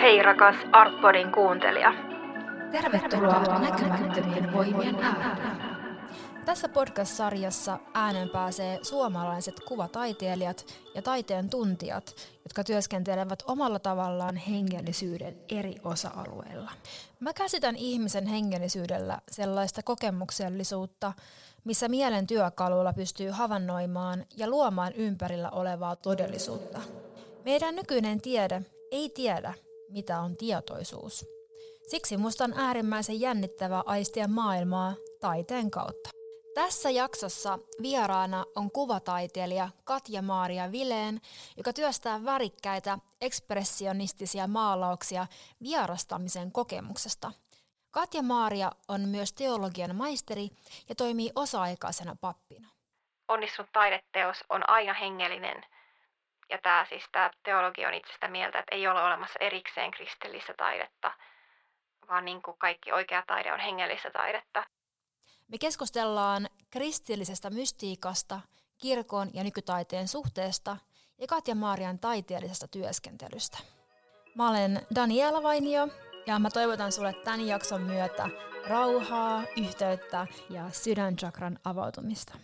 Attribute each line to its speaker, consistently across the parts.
Speaker 1: Hei rakas Artpodin kuuntelija.
Speaker 2: Tervetuloa näkymättömien voimien äärelle. Tässä podcast-sarjassa ääneen pääsee suomalaiset kuvataiteilijat ja taiteen tuntijat, jotka työskentelevät omalla tavallaan hengellisyyden eri osa-alueilla. Mä käsitän ihmisen hengellisyydellä sellaista kokemuksellisuutta, missä mielen työkaluilla pystyy havainnoimaan ja luomaan ympärillä olevaa todellisuutta. Meidän nykyinen tiede ei tiedä, mitä on tietoisuus. Siksi musta on äärimmäisen jännittävää aistia maailmaa taiteen kautta. Tässä jaksossa vieraana on kuvataiteilija Katja-Maaria Vileen, joka työstää värikkäitä ekspressionistisia maalauksia vierastamisen kokemuksesta. Katja-Maaria on myös teologian maisteri ja toimii osa-aikaisena pappina.
Speaker 1: Onnistunut taideteos on aina hengellinen. Ja tämä teologia on itse sitä mieltä, että ei ole olemassa erikseen kristillistä taidetta, vaan niin kuin kaikki oikea taide on hengellistä taidetta.
Speaker 2: Me keskustellaan kristillisestä mystiikasta, kirkon ja nykytaiteen suhteesta ja Katja-Maarian taiteellisesta työskentelystä. Mä olen Daniela Vainio ja mä toivotan sulle tämän jakson myötä rauhaa, yhteyttä ja sydänchakran avautumista.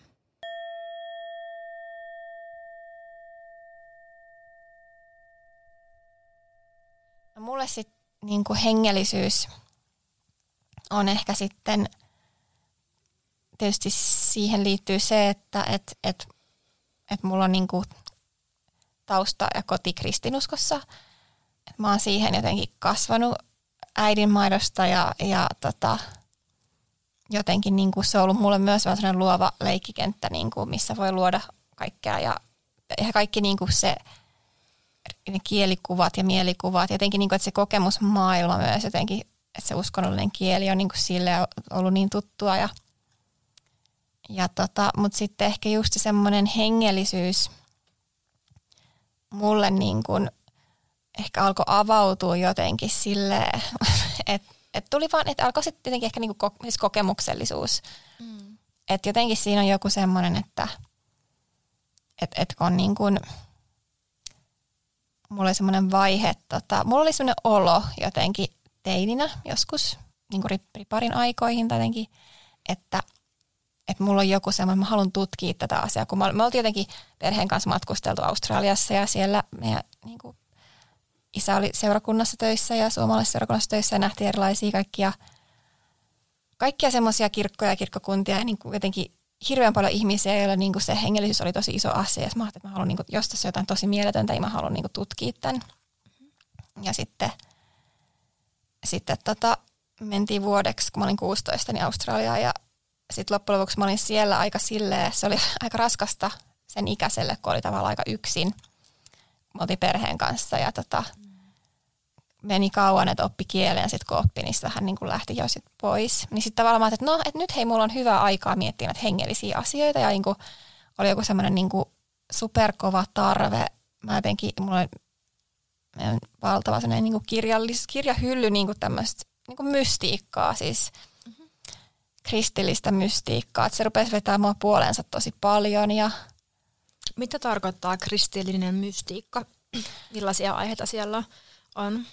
Speaker 3: Mulle sitten niinku hengellisyys on ehkä sitten, tietysti siihen liittyy se, että mulla on niinku tausta ja koti kristinuskossa. Et mä oon siihen jotenkin kasvanut äidinmaidosta ja jotenkin niinku se on ollut mulle myös sellainen luova leikkikenttä, niinku, missä voi luoda kaikkea ja kaikki niinku se ne kielikuvat ja mielikuvat, jotenkin niin kuin, että se kokemusmaailma myös jotenkin, että se uskonnollinen kieli on niin kuin sille ollut niin tuttua. Mutta sitten ehkä just semmoinen hengellisyys mulle niin kuin ehkä alkoi avautua jotenkin silleen, että tuli vaan, että alkoi sitten jotenkin ehkä niin kuin siis kokemuksellisuus. Että jotenkin siinä on joku semmoinen, että kun on niin kuin mulla oli semmoinen vaihe, mulla oli semmoinen olo jotenkin teininä joskus, niin kuin riparin aikoihin tai jotenkin, että mulla on joku semmoinen, mä haluan tutkia tätä asiaa, kun me oltiin jotenkin perheen kanssa matkusteltu Australiassa ja siellä meidän niin kuin, isä oli seurakunnassa töissä ja suomalaisessa seurakunnassa töissä ja nähtiin erilaisia kaikkia semmoisia kirkkoja ja kirkkokuntia ja niin kuin jotenkin hirveän paljon ihmisiä, joilla niinku se hengellisyys oli tosi iso asia. Ja mä ajattelin, että mä haluan, niinku, jos tässä on jotain tosi mieletöntä, niin mä haluan niinku tutkia tämän. Ja sitten mentiin vuodeksi, kun mä olin 16, niin Australiaan. Ja sitten loppujen lopuksi mä olin siellä aika silleen, se oli aika raskasta sen ikäiselle, kun oli tavallaan aika yksin. Mä oltiin perheen kanssa ja meni kauan, että oppi kielen ja sitten kun oppi, niin vähän niin kuin lähti jo sit pois. Niin sitten tavallaan mä ajattelin, että nyt hei, mulla on hyvä aikaa miettiä näitä hengellisiä asioita ja niin kuin oli joku semmoinen niin kuin superkova tarve. Mä jotenkin, mulla oli valtava semmoinen niin kuin kirjahylly niin kuin tämmöistä niin kuin mystiikkaa, siis kristillistä mystiikkaa. Että se rupesi vetämään mua puoleensa tosi paljon. Ja
Speaker 2: mitä tarkoittaa kristillinen mystiikka? Millaisia aiheita siellä on?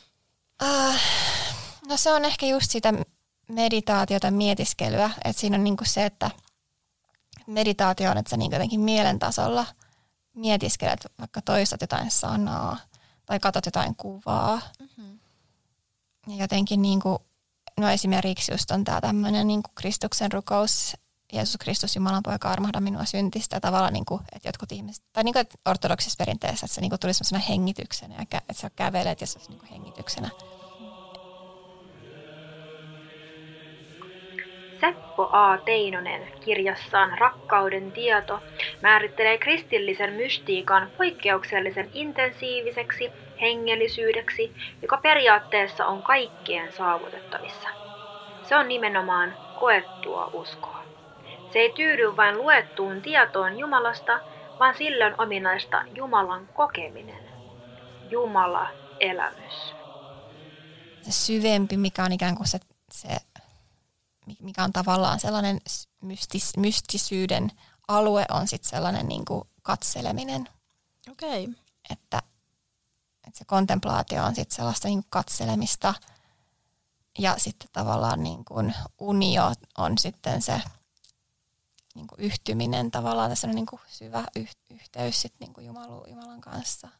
Speaker 3: No se on ehkä just sitä meditaatiota, mietiskelyä. Että siinä on niinku se, että meditaatio on, että sä niinku jotenkin mielen tasolla mietiskelet, vaikka toistat jotain sanaa tai katsot jotain kuvaa. Mm-hmm. Ja jotenkin niinku, no esimerkiksi just on tää tämmönen niinku Kristuksen rukous, Jeesus Kristus, Jumalan poika, armahda minua syntistä. Tavallaan, niinku, että jotkut ihmiset, tai niinku, ortodoksisessa perinteessä, että se niinku tuli semmoisena hengityksenä, että sä kävelet ja se olisi niinku hengityksenä.
Speaker 1: Seppo A. Teinonen kirjassaan Rakkauden tieto määrittelee kristillisen mystiikan poikkeuksellisen intensiiviseksi hengellisyydeksi, joka periaatteessa on kaikkien saavutettavissa. Se on nimenomaan koettua uskoa. Se ei tyydy vain luettuun tietoon Jumalasta, vaan sille on ominaista Jumalan kokeminen. Jumala-elämys.
Speaker 3: Se syvempi, mikä on ikään kuin se mikä on tavallaan sellainen mystisyyden alue, on sitten sellainen niin kuin katseleminen.
Speaker 2: Okei.
Speaker 3: Että että se kontemplaatio on sitten sellaista niin kuin katselemista ja sitten tavallaan niin kuin unio on sitten se niin kuin yhtyminen tavallaan, tässä on niin kuin syvä yhteys sitten niin kuin Jumalan kanssa.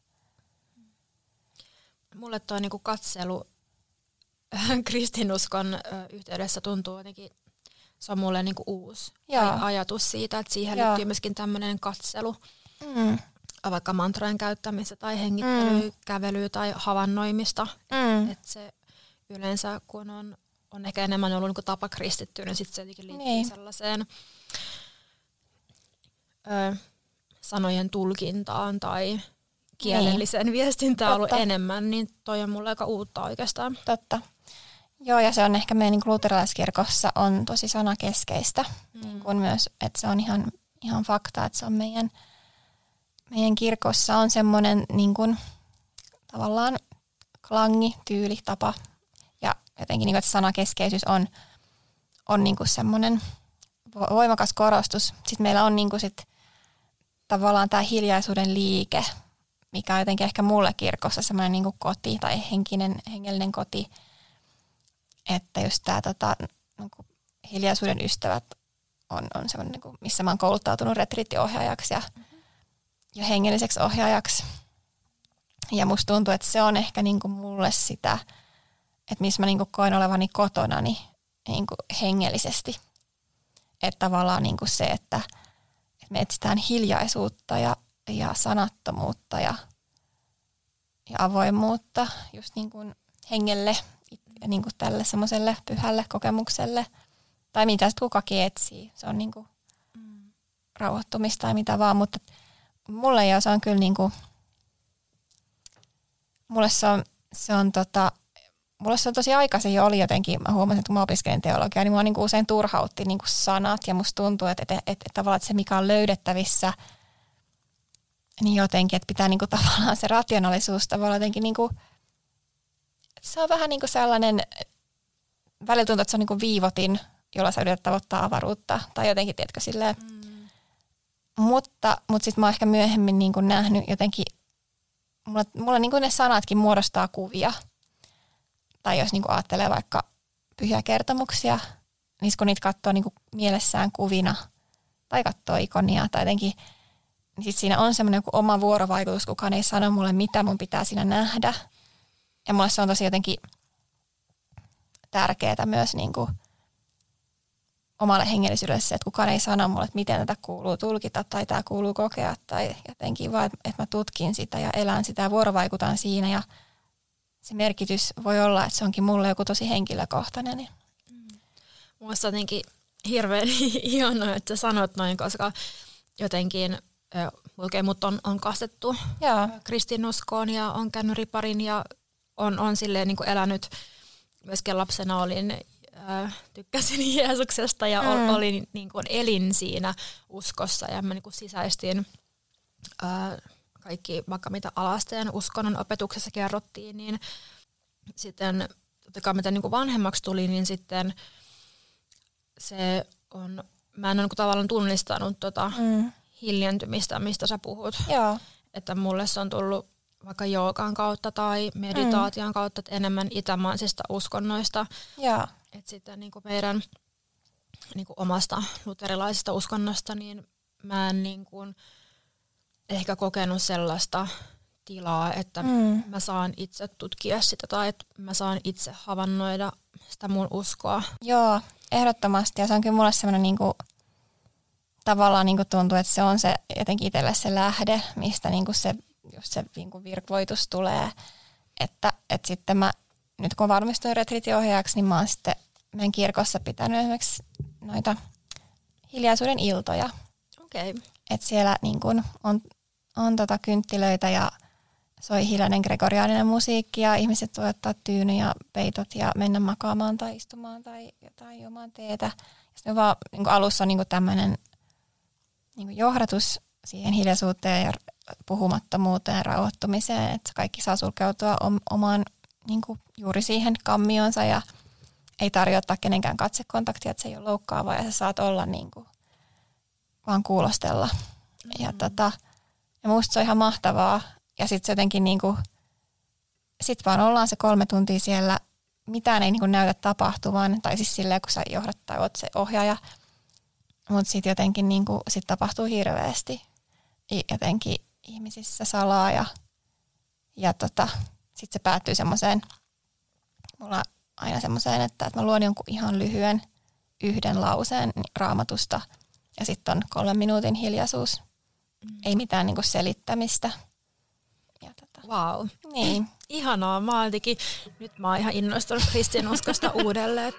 Speaker 2: Mulle tuo niin kuin katselu kristinuskon yhteydessä tuntuu jotenkin, se on mulle niin kuin uusi ajatus siitä, että siihen liittyy myöskin tämmöinen katselu, vaikka mantrojen käyttämistä tai hengittelyä, kävelyä tai havainnoimista. Että se yleensä, kun on ehkä enemmän ollut niin kuin tapa kristittyä, niin sitten se jotenkin liittyy sellaiseen sanojen tulkintaan tai kielelliseen viestintään ollut enemmän, niin toi on mulle aika uutta oikeastaan.
Speaker 3: Totta. Joo, ja se on ehkä meidän niin luterilaiskirkossa on tosi sanakeskeistä, niin kuin myös, että se on ihan fakta, että se on meidän kirkossa on semmoinen niin kuin, tavallaan klangi, tyyli, tapa, ja jotenkin niin kuin, että sanakeskeisyys on niin kuin semmoinen voimakas korostus. Sitten meillä on niin kuin sit, tavallaan tämä hiljaisuuden liike, mikä on jotenkin ehkä mulle kirkossa semmoinen niin kuin koti tai hengellinen koti, että just tämä niin hiljaisuuden ystävät on semmoinen, niin kuin, missä mä oon kouluttautunut retriittiohjaajaksi ja hengelliseksi ohjaajaksi. Ja musta tuntuu, että se on ehkä niin kuin mulle sitä, että missä mä niin kuin koen olevani kotonani niin kuin hengellisesti. Että tavallaan niin kuin se, että me etsitään hiljaisuutta ja sanattomuutta ja avoimuutta just niin kuin hengelle ja niin kuin tälle semmoiselle pyhälle kokemukselle. Tai mitä sitten kukakin etsii. Se on niin kuin rauhoittumista tai mitä vaan, mutta mulle se on kyllä niin kuin, mulle se on tosi aikaisin jo oli jotenkin, mä huomasin, että kun mä opiskelin teologiaa, niin mua niin kuin usein turhautti niin kuin sanat ja musta tuntuu, että tavallaan että se mikä on löydettävissä, niin jotenkin, että pitää niin kuin tavallaan se rationaalisuus tavallaan jotenkin niin kuin, se on vähän niin kuin sellainen, välillä tuntuu, että se on niin kuin viivotin, jolla sä yrität tavoittaa avaruutta tai jotenkin, tiedätkö, silleen. Mutta sitten mä oon ehkä myöhemmin niin kuin nähnyt jotenkin, mulla niin kuin ne sanatkin muodostaa kuvia. Tai jos niin kuin ajattelee vaikka pyhiä kertomuksia, niin kun niitä katsoo niin kuin mielessään kuvina tai katsoo ikonia tai jotenkin, niin sit siinä on semmoinen joku oma vuorovaikutus, kukaan ei sano mulle, mitä mun pitää siinä nähdä. Ja mulle se on tosi jotenkin tärkeää myös niin kuin omalle hengellisyydelle se, että kukaan ei sano mulle, että miten tätä kuuluu tulkita tai tämä kuuluu kokea tai jotenkin vaan, että mä tutkin sitä ja elän sitä ja vuorovaikutan siinä ja se merkitys voi olla, että se onkin mulle joku tosi henkilökohtainen.
Speaker 2: Muista jotenkin hirveän hienoa, että sä sanot noin, koska jotenkin mut on kastettu kristinuskoon ja on käynyt riparin ja on silleen niin kuin elänyt, myöskin lapsena tykkäsin Jeesuksesta ja olin, niin kuin elin siinä uskossa ja mä niin kuin sisäistin kaikki, vaikka mitä alasteen uskonnon opetuksessa kerrottiin, niin sitten mitä niin kuin vanhemmaksi tuli, niin sitten se on, mä en ole niin kuin tavallaan tunnistanut hiljentymistä, mistä sä puhut.
Speaker 3: Joo.
Speaker 2: Että mulle se on tullut vaikka joogan kautta tai meditaation kautta, että enemmän itämaisista uskonnoista.
Speaker 3: Joo.
Speaker 2: Että sitten niin kuin meidän niin kuin omasta luterilaisesta uskonnosta, niin mä en niin kuin ehkä kokenut sellaista tilaa, että mä saan itse tutkia sitä tai että mä saan itse havainnoida sitä mun uskoa.
Speaker 3: Joo, ehdottomasti. Ja se on kyllä mulle semmoinen niinku, tavallaan niinku tuntuu, että se on se jotenkin itselle se lähde, mistä niinku se, just se niinku virvoitus tulee. Että sitten mä, nyt kun valmistuin retriittiohjaajaksi, niin mä oon sitten meidän kirkossa pitänyt esimerkiksi noita hiljaisuuden iltoja.
Speaker 2: Okei.
Speaker 3: Että siellä niinku on kynttilöitä ja soi hiljainen gregoriaaninen musiikki ja ihmiset voi ottaa tyyny ja peitot ja mennä makaamaan tai istumaan tai jotain juomaan teetä. Sitten vaan niin alussa on niin tämmöinen niin johdatus siihen hiljaisuuteen ja puhumattomuuteen ja rauhoittumiseen, että kaikki saa sulkeutua omaan niin juuri siihen kammionsa ja ei tarvitse ottaa kenenkään katsekontaktia, että se ei ole loukkaavaa ja sä saat olla niin kuin, vaan kuulostella. Ja musta se on ihan mahtavaa. Ja sitten se jotenkin niinku, sitten vaan ollaan se 3 tuntia siellä, mitään ei niin kuin näytä tapahtuvan, tai siis silleen, kun sä johdat tai oot se ohjaaja, mutta sitten jotenkin niin kuin, sit tapahtuu hirveästi jotenkin ihmisissä salaa, ja sitten se päättyy semmoiseen, mulla aina semmoiseen, että mä luon jonkun ihan lyhyen yhden lauseen Raamatusta, ja sitten on 3 minuutin hiljaisuus. Ei mitään niinku selittämistä.
Speaker 2: Wow.
Speaker 3: Niin.
Speaker 2: Ihanaa. Nyt mä oon ihan innostunut kristinuskosta uudelleen.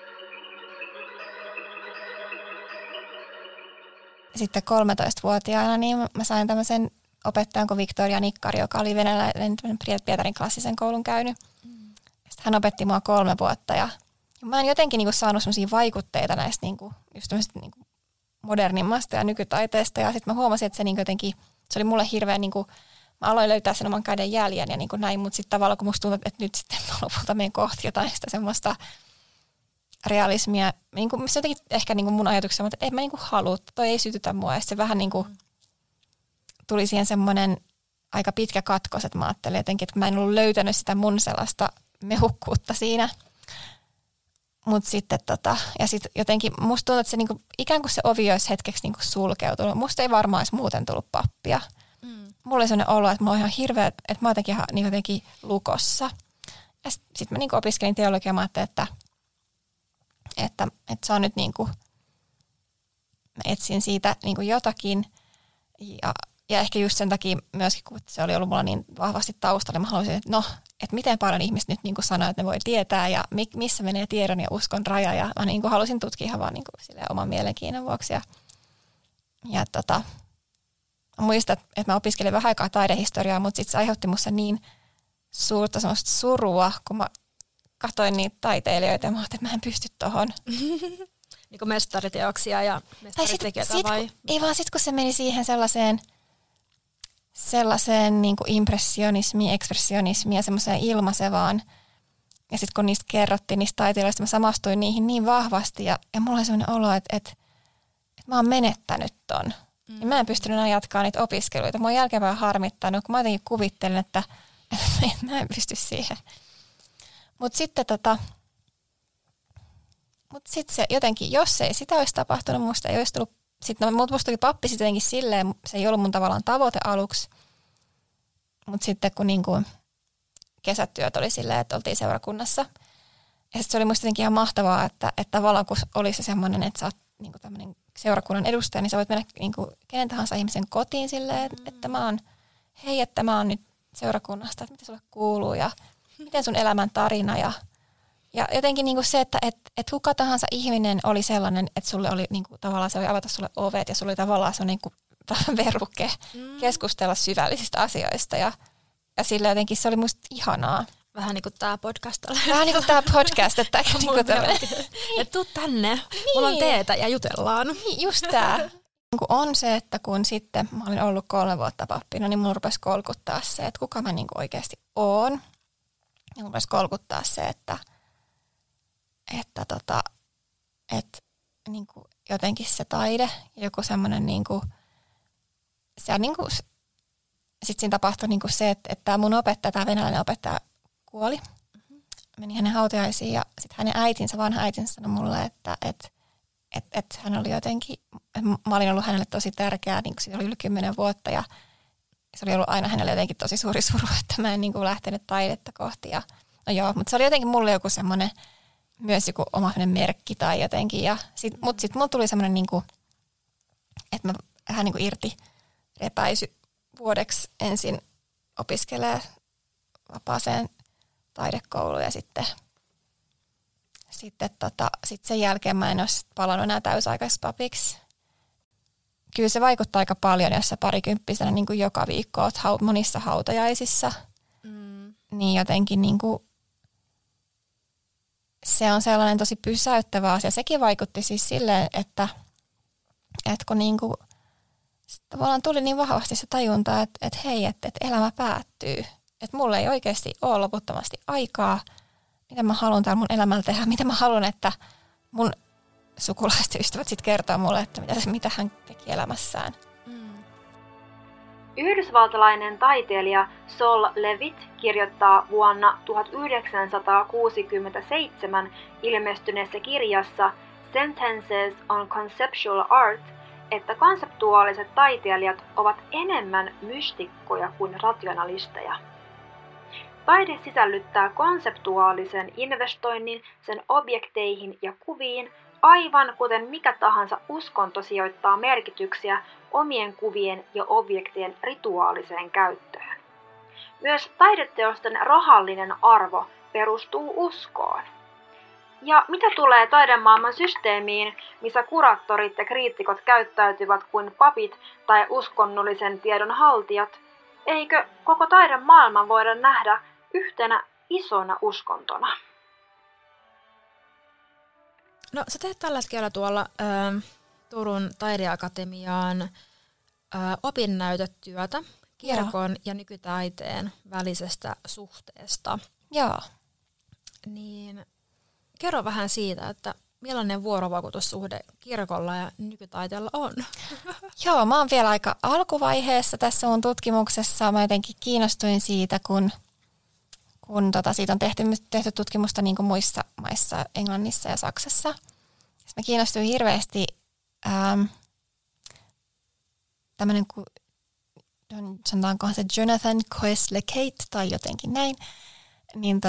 Speaker 3: Sitten 13-vuotiaana niin mä sain tämmöisen opettajan kuin Victoria Nikkari, joka oli venäläinen Pietarin klassisen koulun käynyt. Sitten hän opetti mua 3 vuotta ja mä en jotenkin niinku saanut semmoisia vaikutteita näistä niinku, just niinku modernimmasta ja nykytaiteesta. Ja sitten mä huomasin, että se niinku jotenkin, se oli mulle hirveän, niinku, mä aloin löytää sen oman käden jäljen ja niinku näin, mutta sitten tavallaan kun musta tuntuu, että nyt sitten mä lopulta menen kohti jotain sitä semmoista realismia, niinku, missä jotenkin ehkä niinku mun ajatuksessa, että en mä niinku halua, toi ei sytytä mua. Ja se vähän niinku tuli siihen semmoinen aika pitkä katkos, että mä ajattelin jotenkin, että mä en ollut löytänyt sitä mun sellaista mehukkuutta siinä. Mutta sitten ja sitten jotenkin musta tuntuu, että se niinku, ikään kuin se ovi olisi hetkeksi niinku sulkeutunut. Musta ei varmaan olisi muuten tullut pappia. Mulla oli sellainen olo, että mä oon ihan hirveä, että mä oon jotenkin lukossa. Ja sitten mä niinku opiskelin teologiaa, mä ajattelin, että se on nyt niinku, mä etsin siitä niinku jotakin. Ja ehkä just sen takia myöskin, kun se oli ollut mulla niin vahvasti taustalla, mä haluaisin, että miten paljon ihmiset nyt niin sanoo, että ne voi tietää ja missä menee tiedon ja uskon raja. Ja mä niin halusin tutkia ihan vaan niin oman mielenkiinnon vuoksi. Ja muistan, että mä opiskelin vähän aikaa taidehistoriaa, mutta sitten se aiheutti musta niin suurta semmoista surua, kun mä katsoin niitä taiteilijoita ja mä ajattelin, että mä en pysty tohon.
Speaker 2: Niin kuin mestariteoksia ja mestaritekijöitä vai?
Speaker 3: Ei vaan sitten, kun se meni siihen sellaiseen niin kuin impressionismiin, ekspressionismiin ja semmoiseen ilmaisevaan. Ja sitten kun niistä kerrottiin, niistä taiteilijoista, mä samastuin niihin niin vahvasti. Ja mulla oli semmoinen olo, että mä oon menettänyt ton. Ja mä en pystynyt enää jatkaa niitä opiskeluita. Mä oon jälkeenpäin harmittanut, kun mä jotenkin kuvittelin, että mä en pysty siihen. Mutta sitten se jotenkin, jos ei sitä olisi tapahtunut, musta ei olisi tullut. Sitten musta tuli pappi sitten jotenkin silleen, se ei ollut mun tavallaan tavoite aluksi. Mutta sitten kun niinku kesätyöt oli silleen, että oltiin seurakunnassa. Ja sitten se oli musta jotenkin ihan mahtavaa, että tavallaan kun oli se semmoinen, että sä oot niinku tämmöinen seurakunnan edustaja, niin sä voit mennä niinku kenen tahansa ihmisen kotiin silleen, että mä oon nyt seurakunnasta, että mitä sulle kuuluu ja miten sun elämän tarina ja jotenkin niinku se, että kuka tahansa ihminen oli sellainen, että sulle oli niinku, tavallaan se oli avata sulle ovet ja sulle oli tavallaan se niinku, veruke keskustella syvällisistä asioista ja sillä jotenkin se oli musta ihanaa.
Speaker 2: Vähän niin kuin tämä podcast.
Speaker 3: Vähän niin kuin tämä podcast, että
Speaker 2: tuu tänne, mulla on teetä ja jutellaan.
Speaker 3: Niin, just tämä. On se, että kun sitten mä olin ollut 3 vuotta pappina, niin mulla rupesi kolkuttaa se, että kuka mä niinku oikeasti oon. Ja mulla rupesi kolkuttaa se, että niinku jotenkin se taide, joku semmoinen niinku, sitten siinä tapahtui niinku se, että tämä mun opettaja, tämä venäläinen opettaja kuoli. Meni hänen hautajaisiin ja sitten hänen äitinsä, vanha äitinsä sanoi mulle, että hän oli jotenkin, mä olin ollut hänelle tosi tärkeää, niin kuin siitä oli yli 10 vuotta ja se oli ollut aina hänelle jotenkin tosi suuri suru, että mä en niin kuin lähtenyt taidetta kohti. Ja, no joo, mutta se oli jotenkin mulle joku semmoinen, myös joku oma merkki tai jotenkin. Mutta sitten mulla tuli semmoinen, niin kuin, että mä vähän niin kuin irti repäisy vuodeksi ensin opiskelee vapaaseen taidekouluun ja sitten sen jälkeen mä en ole palannut enää täysaikaiseksi papiksi. Kyllä se vaikuttaa aika paljon, jos sä parikymppisenä niin kuin joka viikko oot monissa hautajaisissa. Niin jotenkin niin kuin, se on sellainen tosi pysäyttävä asia. Sekin vaikutti siis silleen, että kun niin kuin, tavallaan tuli niin vahvasti se tajunta, että hei, että elämä päättyy. Että mulla ei oikeasti ole loputtomasti aikaa, mitä mä haluan täällä mun elämällä tehdä, mitä mä haluan, että mun sukulaiset ystävät sitten kertoo mulle, että mitä hän teki elämässään.
Speaker 1: Yhdysvaltalainen taiteilija Sol Levitt kirjoittaa vuonna 1967 ilmestyneessä kirjassa Sentences on Conceptual Art, että konseptuaaliset taiteilijat ovat enemmän mystikkoja kuin rationalisteja. Taide sisällyttää konseptuaalisen investoinnin sen objekteihin ja kuviin, aivan kuten mikä tahansa uskonto sijoittaa merkityksiä omien kuvien ja objektien rituaaliseen käyttöön. Myös taideteosten rahallinen arvo perustuu uskoon. Ja mitä tulee taidemaailman systeemiin, missä kuraattorit ja kriitikot käyttäytyvät kuin papit tai uskonnollisen tiedon haltijat, eikö koko taidemaailman voida nähdä yhtenä isona uskontona?
Speaker 2: No sä teet tällä hetkellä tuolla Turun taideakatemiaan opinnäytetyötä kirkon ja nykytaiteen välisestä suhteesta.
Speaker 3: Joo.
Speaker 2: Niin kerro vähän siitä, että millainen vuorovaikutussuhde kirkolla ja nykytaiteella on?
Speaker 3: Joo, mä oon vielä aika alkuvaiheessa tässä mun tutkimuksessa. Mä jotenkin kiinnostuin siitä, kun siitä on tehty tutkimusta niin kuin muissa maissa, Englannissa ja Saksassa. Mä kiinnostuin hirveästi tämmöinen, sanotaankohan se Jonathan Coes-Lecatte tai jotenkin näin, niin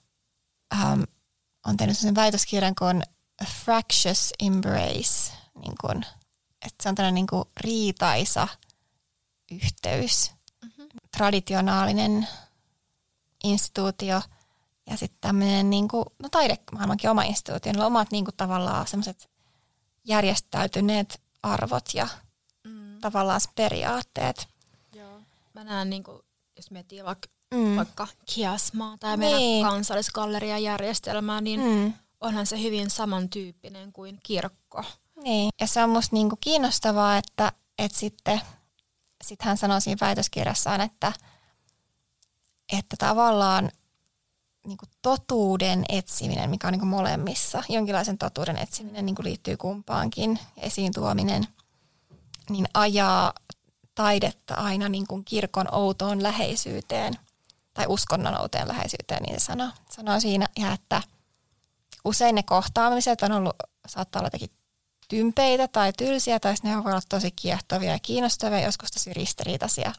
Speaker 3: on tehnyt sellaisen väitöskirjan kuin Fractious Embrace, niin kuin, että se on tällainen niin kuin riitaisa yhteys, traditionaalinen instituutio ja sitten tämmöinen niin kuin, no taidemaailmankin oma instituutio, niillä on omat niin kuin, tavallaan semmoiset järjestäytyneet arvot ja tavallaan periaatteet.
Speaker 2: Joo. Mä näen, niin kuin, jos miettii vaikka Kiasmaa tai meidän kansallisgallerian järjestelmää, niin onhan se hyvin samantyyppinen kuin kirkko.
Speaker 3: Niin, ja se on musta niinku kiinnostavaa, että sitten hän sanoo siinä väitöskirjassaan, että tavallaan niinku totuuden etsiminen, mikä on niinku molemmissa, jonkinlaisen totuuden etsiminen niinku liittyy kumpaankin, esiin tuominen, niin ajaa taidetta aina niinku kirkon outoon läheisyyteen tai uskonnon outeen läheisyyteen, niin se sanoo siinä, ja että usein ne kohtaamiset on ollut, saattaa olla jotenkin tympeitä tai tylsiä, tai ne voi olla tosi kiehtovia ja kiinnostavia, joskus tosi ristiriitaisia.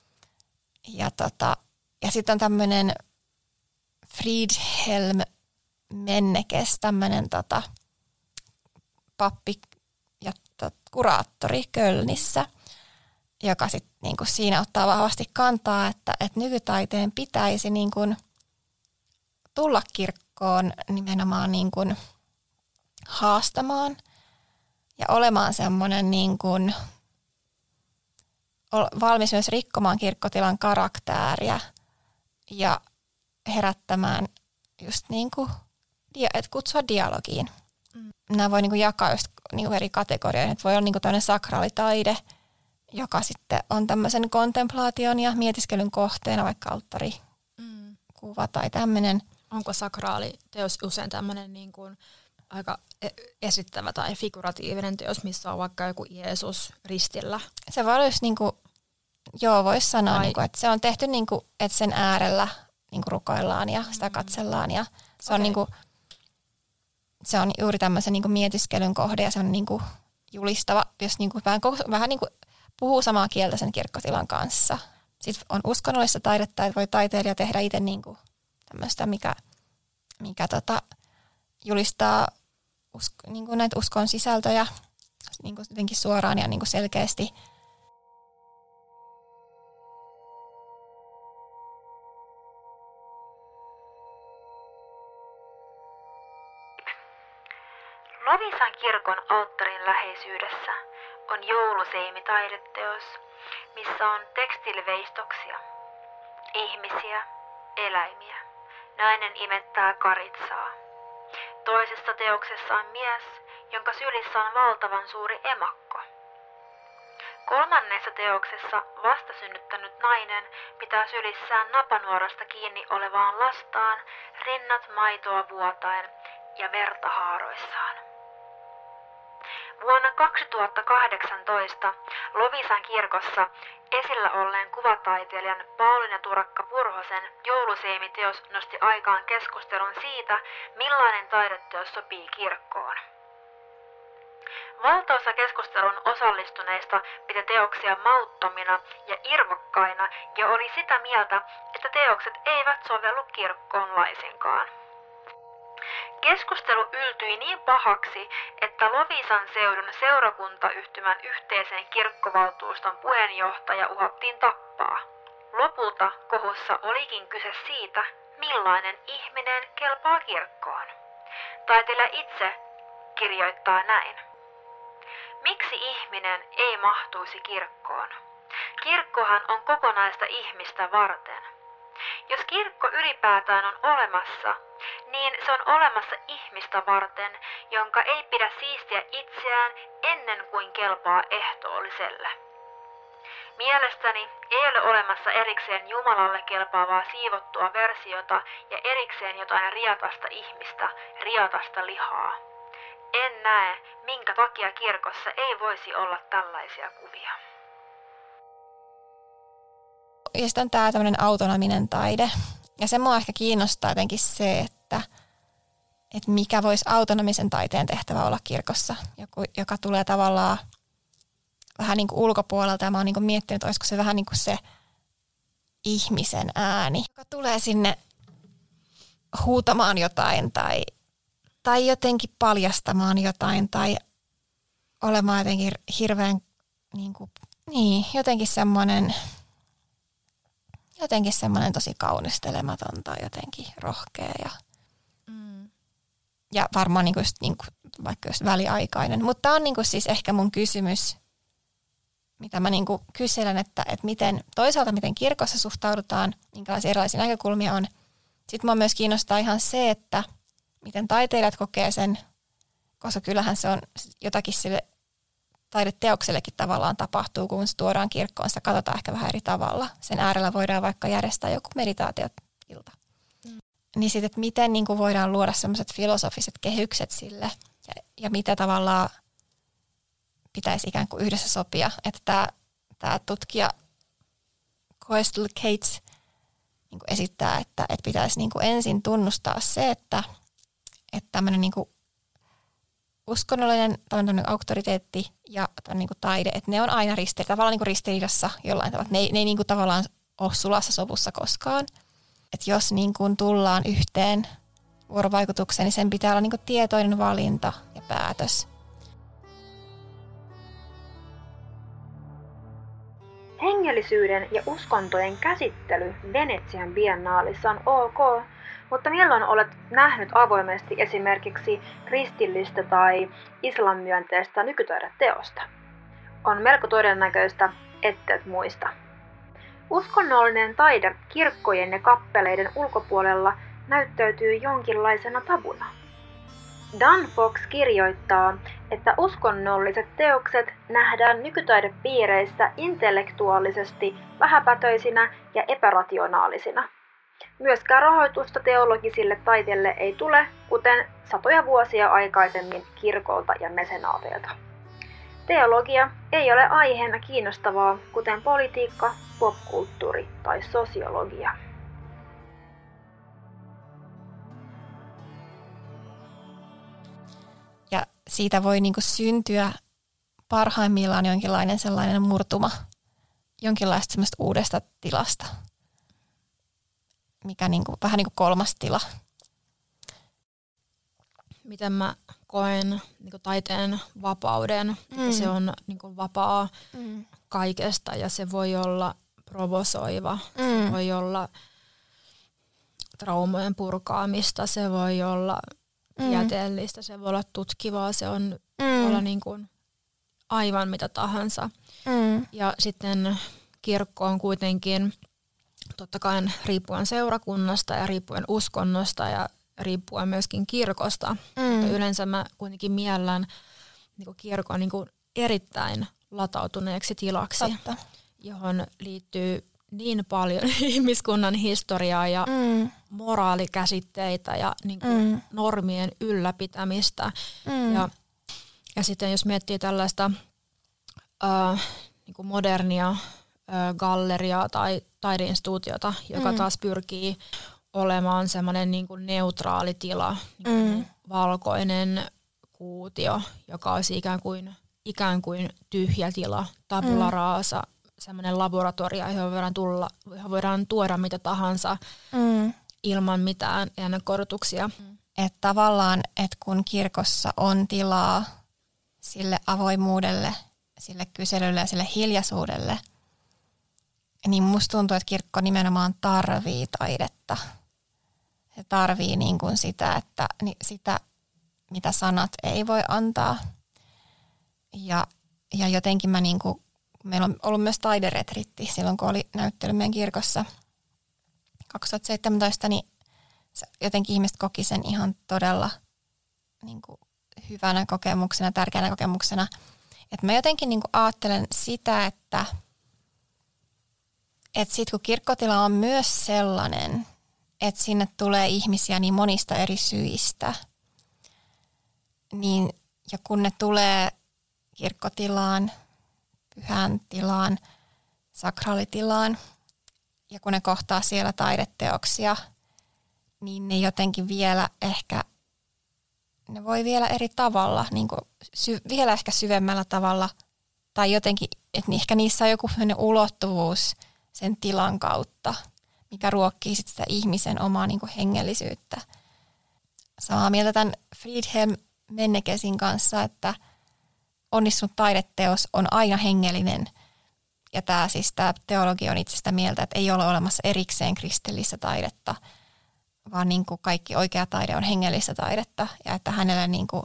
Speaker 3: Ja sitten on tämmöinen Friedhelm Mennekes, tämmöinen pappi ja kuraattori Kölnissä, joka sitten niinku siinä ottaa vahvasti kantaa, että nykytaiteen pitäisi niinku tulla kirkkoon nimenomaan niinku haastamaan ja olemaan semmoinen niinku valmis myös rikkomaan kirkkotilan karaktääriä ja herättämään just niinku, että kutsua dialogiin. Nämä voi niinku jakaa just niinku eri kategorioihin, että voi olla niinku tämmöinen sakraalitaide, joka sitten on tämmöisen kontemplaation ja mietiskelyn kohteena, vaikka alttarikuva tai tämmöinen.
Speaker 2: Onko sakraaliteos usein tämmöinen niin kuin aika esittävä tai figuratiivinen teos, missä on vaikka joku Jeesus ristillä?
Speaker 3: Se voi olla just voisi sanoa, että se on tehty että sen äärellä rukoillaan ja sitä katsellaan. Ja se on, se on juuri tämmöisen mietiskelyn kohde ja se on julistava, jos vähän puhuu samaa kieltä sen kirkkotilan kanssa. Sitten on uskonnollista taidetta, että voi taiteilija tehdä itse tämmöistä, mikä julistaa näitä uskon sisältöjä jotenkin suoraan ja selkeästi.
Speaker 1: Loviisan kirkon alttarin läheisyydessä on jouluseimi-taideteos, missä on tekstiiliveistoksia, ihmisiä, eläimiä. Nainen imettää karitsaa. Toisessa teoksessa on mies, jonka sylissä on valtavan suuri emakko. Kolmannessa teoksessa vastasynnyttänyt nainen pitää sylissään napanuorasta kiinni olevaan lastaan, rinnat maitoa vuotaen ja verta haaroissaan. Vuonna 2018 Loviisan kirkossa esillä olleen kuvataiteilijan Pauliina Turakka Purhosen jouluseemiteos nosti aikaan keskustelun siitä, millainen taideteos sopii kirkkoon. Valtaosa keskustelun osallistuneista piti teoksia mauttomina ja irvokkaina ja oli sitä mieltä, että teokset eivät sovellu kirkkoon laisinkaan. Keskustelu yltyi niin pahaksi, että Loviisan seudun seurakuntayhtymän yhteisen kirkkovaltuuston puheenjohtaja uhattiin tappaa. Lopulta kohussa olikin kyse siitä, millainen ihminen kelpaa kirkkoon. Taiteilija itse kirjoittaa näin. Miksi ihminen ei mahtuisi kirkkoon? Kirkkohan on kokonaista ihmistä varten. Jos kirkko ylipäätään on olemassa, niin se on olemassa ihmistä varten, jonka ei pidä siistiä itseään ennen kuin kelpaa ehtoolliselle. Mielestäni ei ole olemassa erikseen Jumalalle kelpaavaa siivottua versiota ja erikseen jotain riatasta ihmistä, riatasta lihaa. En näe, minkä takia kirkossa ei voisi olla tällaisia kuvia.
Speaker 3: Ja sitten on tämä tämmöinen autonominen taide. Ja se mua ehkä kiinnostaa jotenkin se, että mikä voisi autonomisen taiteen tehtävä olla kirkossa, joka tulee tavallaan vähän niin kuin ulkopuolelta. Ja mä oon niin kuin miettinyt, että olisiko se vähän niin kuin se ihmisen ääni, joka tulee sinne huutamaan jotain tai jotenkin paljastamaan jotain tai olemaan jotenkin hirveän jotenkin semmoinen tosi kaunistelematon tai jotenkin rohkea ja varmaan vaikka just väliaikainen. Mutta tämä on siis ehkä mun kysymys, mitä mä kyselen, että miten toisaalta miten kirkossa suhtaudutaan, minkälaisia erilaisia näkökulmia on. Sitten mua myös kiinnostaa ihan se, että miten taiteilijat kokee sen, koska kyllähän se on jotakin sille taideteoksellekin tavallaan tapahtuu, kun se tuodaan kirkkoon, sitä katsotaan ehkä vähän eri tavalla. Sen äärellä voidaan vaikka järjestää joku meditaatio-ilta. Niin sitten, että miten voidaan luoda sellaiset filosofiset kehykset sille ja mitä tavallaan pitäisi ikään kuin yhdessä sopia. Että tämä tutkija Coastal Cates esittää, että pitäisi ensin tunnustaa se, että tämmöinen uskonnollinen auktoriteetti ja taide, että ne on aina tavallaan ristiriidassa jollain tavalla. Ne ei tavallaan ole sulassa sovussa koskaan. Että jos tullaan yhteen vuorovaikutukseen, niin sen pitää olla tietoinen valinta ja päätös.
Speaker 1: Hengellisyyden ja uskontojen käsittely Venetsian biennaalissa on ok, mutta milloin olet nähnyt avoimesti esimerkiksi kristillistä tai islamyönteistä nykytaideteosta? On melko todennäköistä, ettet muista. Uskonnollinen taide kirkkojen ja kappeleiden ulkopuolella näyttäytyy jonkinlaisena tabuna. Dan Fox kirjoittaa, että uskonnolliset teokset nähdään nykytaidepiireissä intellektuaalisesti vähäpätöisinä ja epärationaalisina. Myöskään rahoitusta teologisille taiteille ei tule, kuten satoja vuosia aikaisemmin kirkolta ja mesenaateilta. Teologia ei ole aiheena kiinnostavaa, kuten politiikka, popkulttuuri tai sosiologia.
Speaker 3: Ja siitä voi syntyä parhaimmillaan jonkinlainen sellainen murtuma, jonkinlaista semmoista uudesta tilasta, mikä vähän niin kuin kolmas tila.
Speaker 2: Miten mä koen taiteen vapauden, että se on vapaa kaikesta ja se voi olla provosoiva, se voi olla traumojen purkaamista, se voi olla tieteellistä, se voi olla tutkivaa, se on olla aivan mitä tahansa. Ja sitten kirkko on kuitenkin totta kai riippuen seurakunnasta ja riippuen uskonnosta ja riippuen myöskin kirkosta. Mutta yleensä mä kuitenkin miellän kirkon erittäin latautuneeksi tilaksi, johon liittyy niin paljon ihmiskunnan historiaa ja moraalikäsitteitä ja normien ylläpitämistä. Ja Ja sitten jos miettii tällaista niin kuin modernia galleriaa tai taideinstituutiota, joka taas pyrkii olemaan semmoinen niin kuin neutraali tila, niin kuin valkoinen kuutio, joka olisi ikään kuin tyhjä tila, tabula rasa, semmoinen laboratorio, johon voidaan tuoda mitä tahansa ilman mitään ennakkoidotuksia.
Speaker 3: Että tavallaan, että kun kirkossa on tilaa sille avoimuudelle, sille kyselylle ja sille hiljaisuudelle, niin musta tuntuu, että kirkko nimenomaan tarvii taidetta. Se tarvii niin kuin sitä, sitä, mitä sanat ei voi antaa. Ja jotenkin meillä on ollut myös taideretritti silloin, kun oli näyttely meidän kirkossa 2017, niin jotenkin ihmiset koki sen ihan todella niin kuin hyvänä kokemuksena, tärkeänä kokemuksena. Että mä jotenkin niin kuin ajattelen sitä, että sit kun kirkkotila on myös sellainen, että sinne tulee ihmisiä niin monista eri syistä, niin, ja kun ne tulee kirkkotilaan, pyhän tilaan, sakraalitilaan, ja kun ne kohtaa siellä taideteoksia, niin ne jotenkin vielä ehkä, ne voi vielä eri tavalla, niin kuin vielä ehkä syvemmällä tavalla, tai jotenkin, että ehkä niissä on joku ulottuvuus sen tilan kautta, mikä ruokkii sit sitä ihmisen omaa niin kuin hengellisyyttä. Samaa mieltä tämän Friedhelm Mennekesin kanssa, että onnistunut taideteos on aina hengellinen. Ja tämä teologi on itse sitä mieltä, että ei ole olemassa erikseen kristillistä taidetta, vaan niin kuin kaikki oikea taide on hengellistä taidetta. Ja että hänelle niin kuin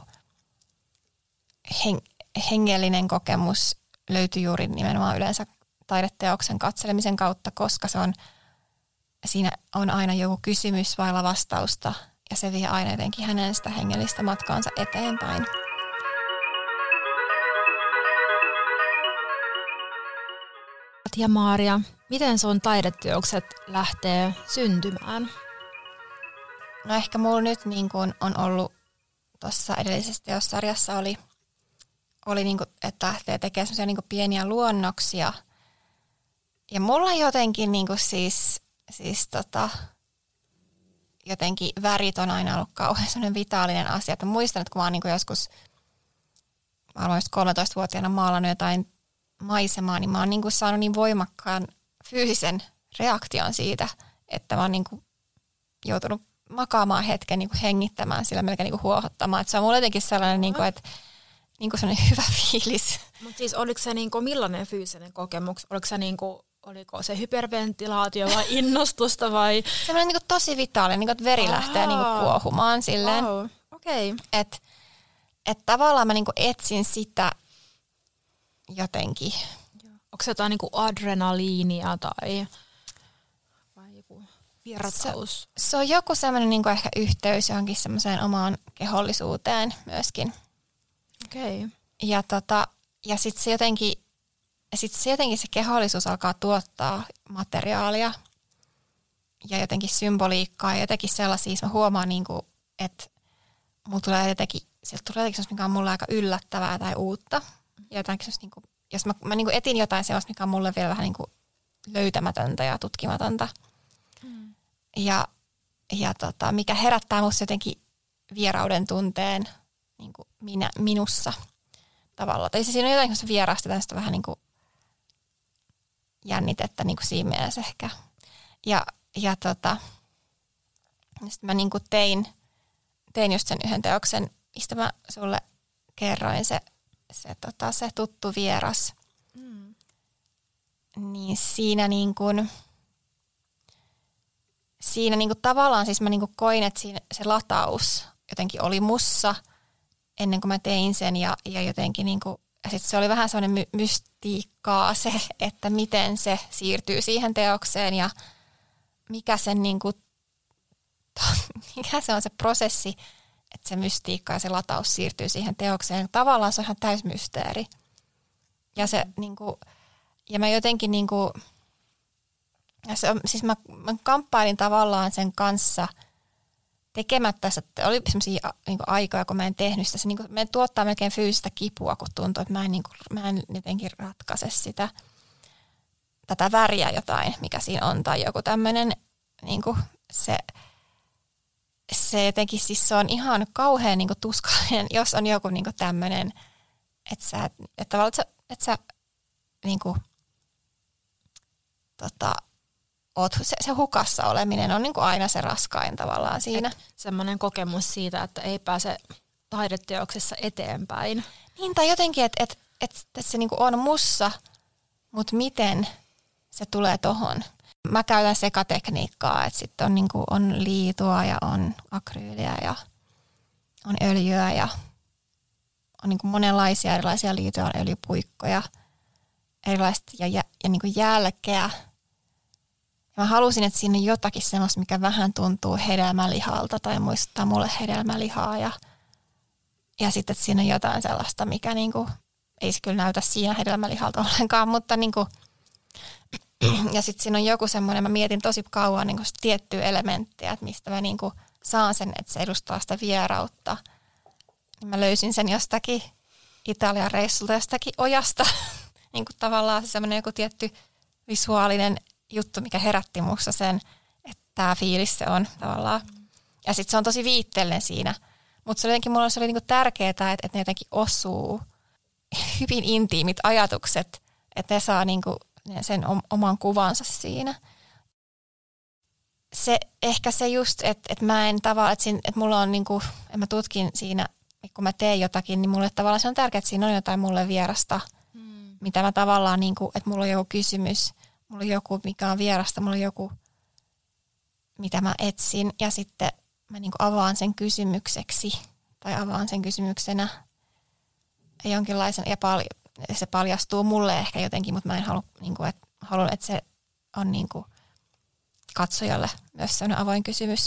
Speaker 3: hengellinen kokemus löytyy juuri nimenomaan yleensä taideteoksen katselemisen kautta, koska siinä on aina joku kysymys vailla vastausta ja se vie aina jotenkin hänen sitä hengellistä matkaansa eteenpäin.
Speaker 2: Ja Maaria, miten sun taideteokset lähtee syntymään?
Speaker 3: No ehkä mulla nyt niin kuin on ollut tuossa edellisessä teossarjassa oli niin kuin, että lähtee tekemään sellaisia niin kuin pieniä luonnoksia. Ja mulla jotenkin niin kuin jotenkin värit on aina ollut kauhean sellainen vitaalinen asia. Että muistan, että kun mä oon niin kuin joskus, mä olen 13-vuotiaana maalannut jotain maisemaa, niin mä oon niin kuin saanut niin voimakkaan fyysisen reaktion siitä, että mä oon niin kuin joutunut makaamaan hetken niin kuin hengittämään sillä melkein niin kuin huohottamaan. Että se on mulle jotenkin sellainen, niin kuin, että niin kuin sellainen hyvä fiilis.
Speaker 2: Mutta siis oliko se niin kuin millainen fyysinen kokemus? Oliko se hyperventilaatio vai innostusta vai?
Speaker 3: Sellainen niin kuin tosi vitaalinen, niin kuin, että veri lähtee niin kuin kuohumaan silleen.
Speaker 2: Wow. Okay.
Speaker 3: Että tavallaan mä niin kuin etsin sitä jotenkin.
Speaker 2: Onko se jotain niin kuin adrenaliinia vai joku virtaus?
Speaker 3: Se on joku semmoinen niin kuin ehkä yhteys johonkin semmoiseen omaan kehollisuuteen myöskin.
Speaker 2: Okei.
Speaker 3: Okay. Ja sitten se jotenkin se kehollisuus alkaa tuottaa materiaalia ja jotenkin symboliikkaa ja jotenkin sellaisia, mä huomaan, niin kuin, että sieltä tulee jotenkin semmoista, mikä on mulle aika yllättävää tai uutta. Ja jotenkin niin kuin, jos mä niin kuin etin jotain sellaista, mikä on mulle vielä vähän niin kuin löytämätöntä ja tutkimatonta. Ja mikä herättää musta jotenkin vierauden tunteen niin kuin minussa tavallaan. Tai siinä on jotain vierasta, tästä vähän niin kuin jännitettä niin kuin siinä mielessä ehkä. Ja sitten mä niin kuin tein just sen yhden teoksen, mistä mä sulle kerroin se tuttu vieras. Niin siinä niin kuin tavallaan siis mä niin kuin koin, että se lataus jotenkin oli mussa ennen kuin mä tein sen ja jotenkin niin kuin, ja sit se oli vähän sellainen mystiikkaa se, että miten se siirtyy siihen teokseen ja mikä se on se prosessi, että se mystiikka ja se lataus siirtyy siihen teokseen. Tavallaan se on ihan täysmysteeri. Ja se niinku, ja mä jotenkin niinku, ja se, siis mä kamppailin tavallaan sen kanssa tekemättä sitä. Oli sellaisia niin aikoja, kun mä en tehnyt sitä. Se niin kuin, me tuottaa melkein fyysistä kipua, kun tuntuu, että mä en jotenkin ratkaise sitä, tätä väriä jotain, mikä siinä on, tai joku tämmöinen, niin kuin se jotenkin siis se on ihan kauhean niin kuin tuskallinen, jos on joku niin kuin tämmöinen, että sä niin kuin, se hukassa oleminen on niin kuin aina se raskain tavallaan siinä.
Speaker 2: Semmoinen kokemus siitä, että ei pääse taideteoksessa eteenpäin.
Speaker 3: Niin, tai jotenkin, että se niin kuin on mussa, mutta miten se tulee tohon. Mä käytän sekatekniikkaa, että sitten on, niin kuin, on liitua ja on akryyliä ja on öljyä ja on niin kuin monenlaisia erilaisia liitoja, on öljypuikkoja, erilaista ja niin kuin jälkeä. Ja mä halusin, että siinä on jotakin semmoista, mikä vähän tuntuu hedelmälihalta tai muistuttaa mulle hedelmälihaa. Ja sitten, että siinä on jotain sellaista, mikä niinku, ei se kyllä näytä siinä hedelmälihalta ollenkaan, mutta niinku, ja sitten siinä on joku semmoinen, mä mietin tosi kauan niinku tiettyä elementtiä, että mistä mä niinku saan sen, että se edustaa sitä vierautta. Niin mä löysin sen jostakin Italian reissulta, jostakin ojasta. Niinku tavallaan se semmoinen joku tietty visuaalinen juttu, mikä herätti musta sen, että tämä fiilis se on tavallaan. Ja sitten se on tosi viitteellinen siinä. Mutta se oli jotenkin, mulle se oli niinku tärkeää, että ne jotenkin osuu hyvin intiimit ajatukset, että ne saa niinku sen oman kuvansa siinä. Se, ehkä se just, että mä en tavallaan, että mulla on niinku, että mä tutkin siinä, kun mä teen jotakin, niin mulle tavallaan se on tärkeää, että siinä on jotain mulle vierasta, mitä mä tavallaan, niinku, että mulla on joku kysymys, mulla on joku, mikä on vierasta, mulla on joku, mitä mä etsin, ja sitten mä niinku avaan sen kysymykseksi, tai avaan sen kysymyksenä jonkinlaisen, ja se paljastuu mulle ehkä jotenkin, mutta mä en haluan, että se on niinku katsojalle myös sellainen avoin kysymys.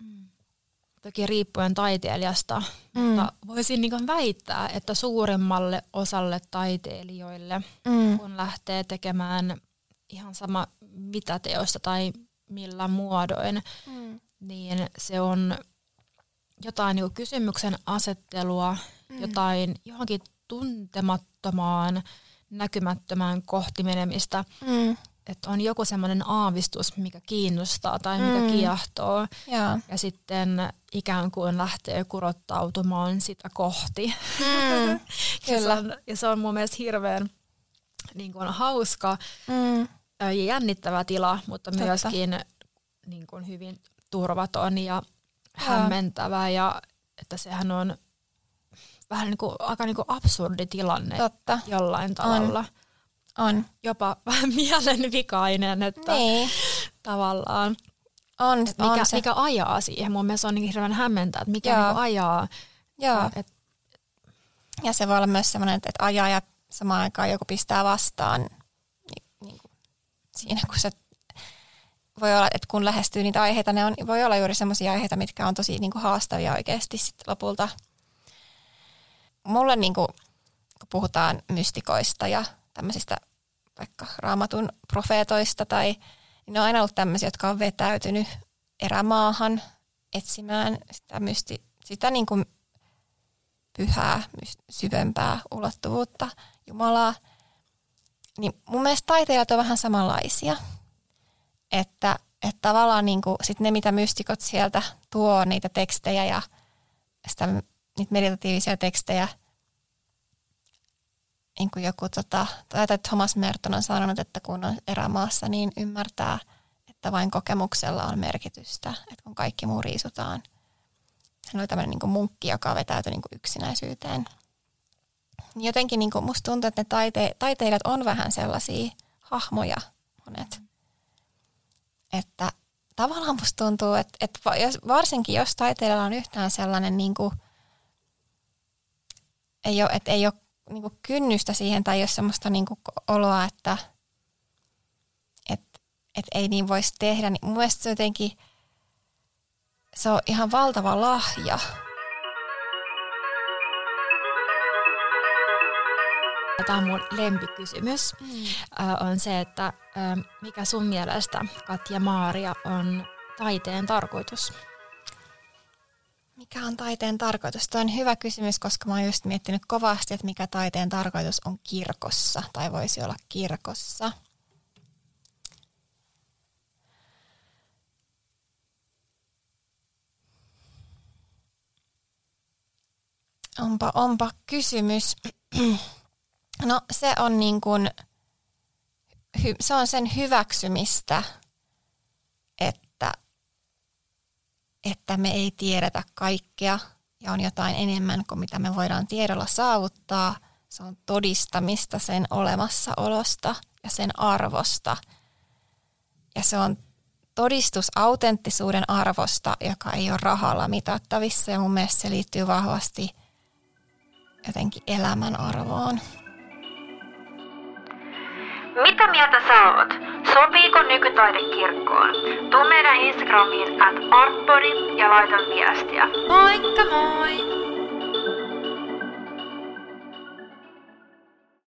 Speaker 2: Toki riippuen taiteilijasta, mutta voisin niinku väittää, että suurimmalle osalle taiteilijoille, kun lähtee tekemään ihan sama mitä teosta tai millä muodoin, niin se on jotain niinku kysymyksen asettelua, jotain johonkin tuntemattomaan, näkymättömään kohti menemistä. Että on joku semmoinen aavistus, mikä kiinnostaa tai mikä kiehtoo. Ja sitten ikään kuin lähtee kurottautumaan sitä kohti.
Speaker 3: Kyllä.
Speaker 2: Ja se on mun mielestä hirveän niin kuin hauska ja jännittävä tila, mutta myöskin niin kuin hyvin turvaton ja hämmentävä. Ja että sehän on vähän niin kuin, aika niin kuin absurdi tilanne jollain tavalla.
Speaker 3: On.
Speaker 2: Jopa vähän mielenvikainen, että tavallaan mikä ajaa siihen. Mun mielestä on niin hirveän hämmentää, että mikä niin ajaa.
Speaker 3: Joo. Ja se voi olla myös sellainen, että ajaa ja samaan aikaan joku pistää vastaan. Niin kuin siinä kun se voi olla, että kun lähestyy niitä aiheita, voi olla juuri sellaisia aiheita, mitkä on tosi niin kuin haastavia oikeasti sit lopulta. Mulle niin kuin, kun puhutaan mystikoista ja tämmöisistä vaikka Raamatun profeetoista, niin ne on aina ollut tämmöisiä, jotka on vetäytynyt erämaahan etsimään sitä niin kuin pyhää, syvempää ulottuvuutta, Jumalaa. Niin mun mielestä taiteilijat on vähän samanlaisia. Että tavallaan niin kuin sit ne, mitä mystikot sieltä tuo, niitä tekstejä ja niitä meditatiivisia tekstejä, niin kuin joku, Thomas Merton on sanonut, että kun on erämaassa, niin ymmärtää, että vain kokemuksella on merkitystä, että kun kaikki muu riisutaan. Hän oli tämmöinen niin kuin munkki, joka vetäytyi niin kuin yksinäisyyteen. Jotenkin niin kuin musta tuntuu, että ne taiteilijat on vähän sellaisia hahmoja monet. Että tavallaan musta tuntuu, että varsinkin jos taiteilijalla on yhtään sellainen, niin kuin, ei ole niin kuin kynnystä siihen tai ei ole semmoista niin kuin oloa, että ei niin voisi tehdä, niin mun mielestä se jotenkin, se on ihan valtava lahja.
Speaker 2: Tämä mun lempikysymys on se, että mikä sun mielestä, Katja Maaria, on taiteen tarkoitus?
Speaker 3: Mikä on taiteen tarkoitus? Tuo on hyvä kysymys, koska mä oon just miettinyt kovasti, että mikä taiteen tarkoitus on kirkossa tai voisi olla kirkossa. Onpa kysymys. No se on niin kuin, se on sen hyväksymistä, että me ei tiedetä kaikkea ja on jotain enemmän kuin mitä me voidaan tiedolla saavuttaa. Se on todistamista sen olemassaolosta ja sen arvosta. Ja se on todistus autenttisuuden arvosta, joka ei ole rahalla mitattavissa. Ja mun mielestä se liittyy vahvasti jotenkin elämän arvoon.
Speaker 1: Mitä mieltä sä oot? Sopiiko nykytaide kirkkoon? Tuu meidän Instagramiin @artbody ja laita viestiä. Moikka moi!